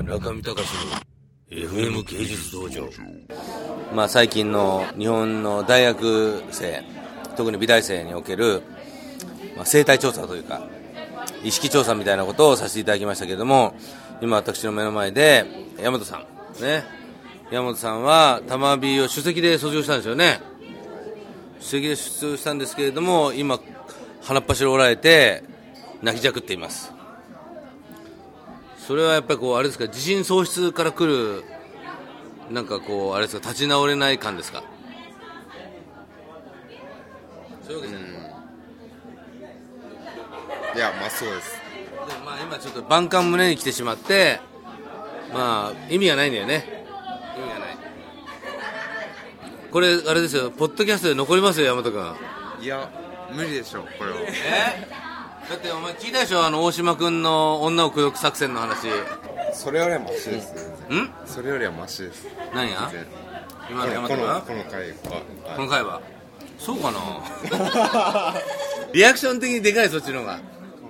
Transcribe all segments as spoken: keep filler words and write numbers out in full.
中見隆の エフエム 芸術道場。まあ最近の日本の大学生、特に美大生における、まあ、生態調査というか意識調査みたいなことをさせていただきましたけれども、今私の目の前で大和さんね、大和さんは玉美を首席で卒業したんですよね。首席で卒業したんですけれども、今鼻っ柱を折られて泣きじゃくっています。それはやっぱりこうあれですか、自信喪失から来るなんかこうあれですか、立ち直れない感ですか。そういうわけじゃない。 いや、まあそうです。 でもまあ今ちょっと万感胸に来てしまって、まあ意味がないんだよね。意味がない。これあれですよ、ポッドキャストで残りますよ、大和君。 いや、無理でしょこれは。 えだってお前聞いたでしょ、あの大島君の女を口説く作戦の話。 それよりはマシです。 ん？ それよりはマシです。 何が？今の大和君は？ この回は。 この回はそうかなリアクション的にでかい、そっちの方が、うん、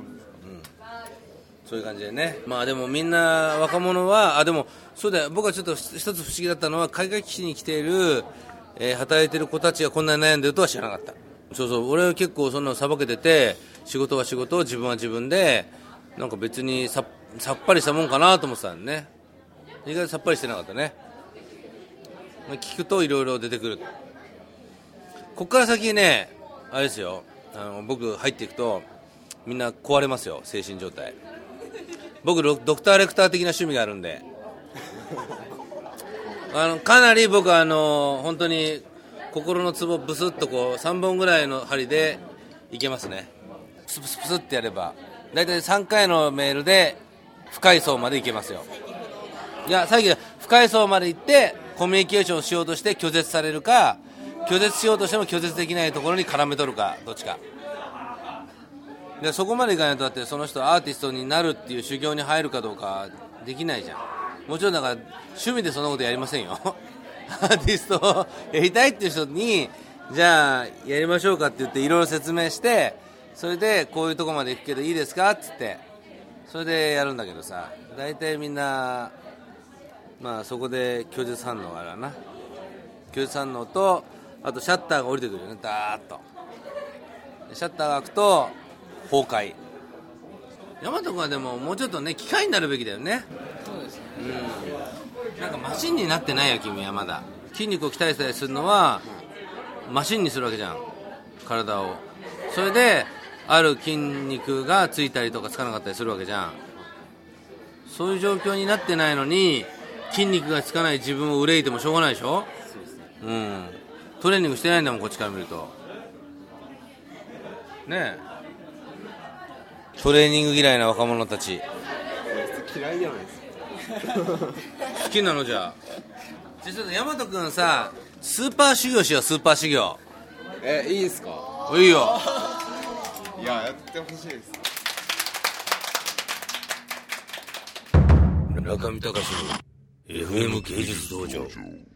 そういう感じでね。まあでもみんな若者は、あでもそうだよ、僕はちょっと一つ不思議だったのは、海外基地に来ている、えー、働いている子たちがこんなに悩んでるとは知らなかった。そうそう、俺は結構そんなのさばけてて、仕事は仕事、自分は自分で、なんか別に さ, さっぱりしたもんかなと思ってたんでね。意外とさっぱりしてなかったね。聞くといろいろ出てくる。こっから先ね、あれですよ、あの僕入っていくとみんな壊れますよ、精神状態。僕ドクターレクター的な趣味があるんであのかなり僕はあの本当に心のツボブスッとこうさんぼんぐらいの針でいけますね。プスプスプスってやればだいたいさんかいのメールで深い層までいけますよ。いや、さっき深い層まで行ってコミュニケーションしようとして拒絶されるか、拒絶しようとしても拒絶できないところに絡め取るか、どっちかで、そこまでいかないと、だってその人アーティストになるっていう修行に入るかどうかできないじゃん。もちろんだから趣味でそんなことやりませんよアーティストをやりたいっていう人にじゃあやりましょうかって言っていろいろ説明して、それでこういうとこまで行くけどいいですかっつってそれでやるんだけどさ、大体みんなまあそこで拒絶反応があるわな。拒絶反応と、あとシャッターが降りてくるよね、ダーッと。シャッターが開くと崩壊。大和君はでももうちょっとね、機械になるべきだよね。 そうですね。 うん。なんかマシンになってないよ君はまだ。筋肉を鍛えたりするのはマシンにするわけじゃん、体を。それである筋肉がついたりとかつかなかったりするわけじゃん。そういう状況になってないのに筋肉がつかない自分を憂いてもしょうがないでしょ。 そうですね。 うん。トレーニングしてないんだもん、こっちから見るとねえ。トレーニング嫌いな若者たち嫌いじゃないですか好きなの。じゃあ実は大和君さ、スーパー修行しよう。スーパー修行。 え、いいですか。 いいよ。 いや、やってほしいです。 中見隆の エフエム 芸術道場。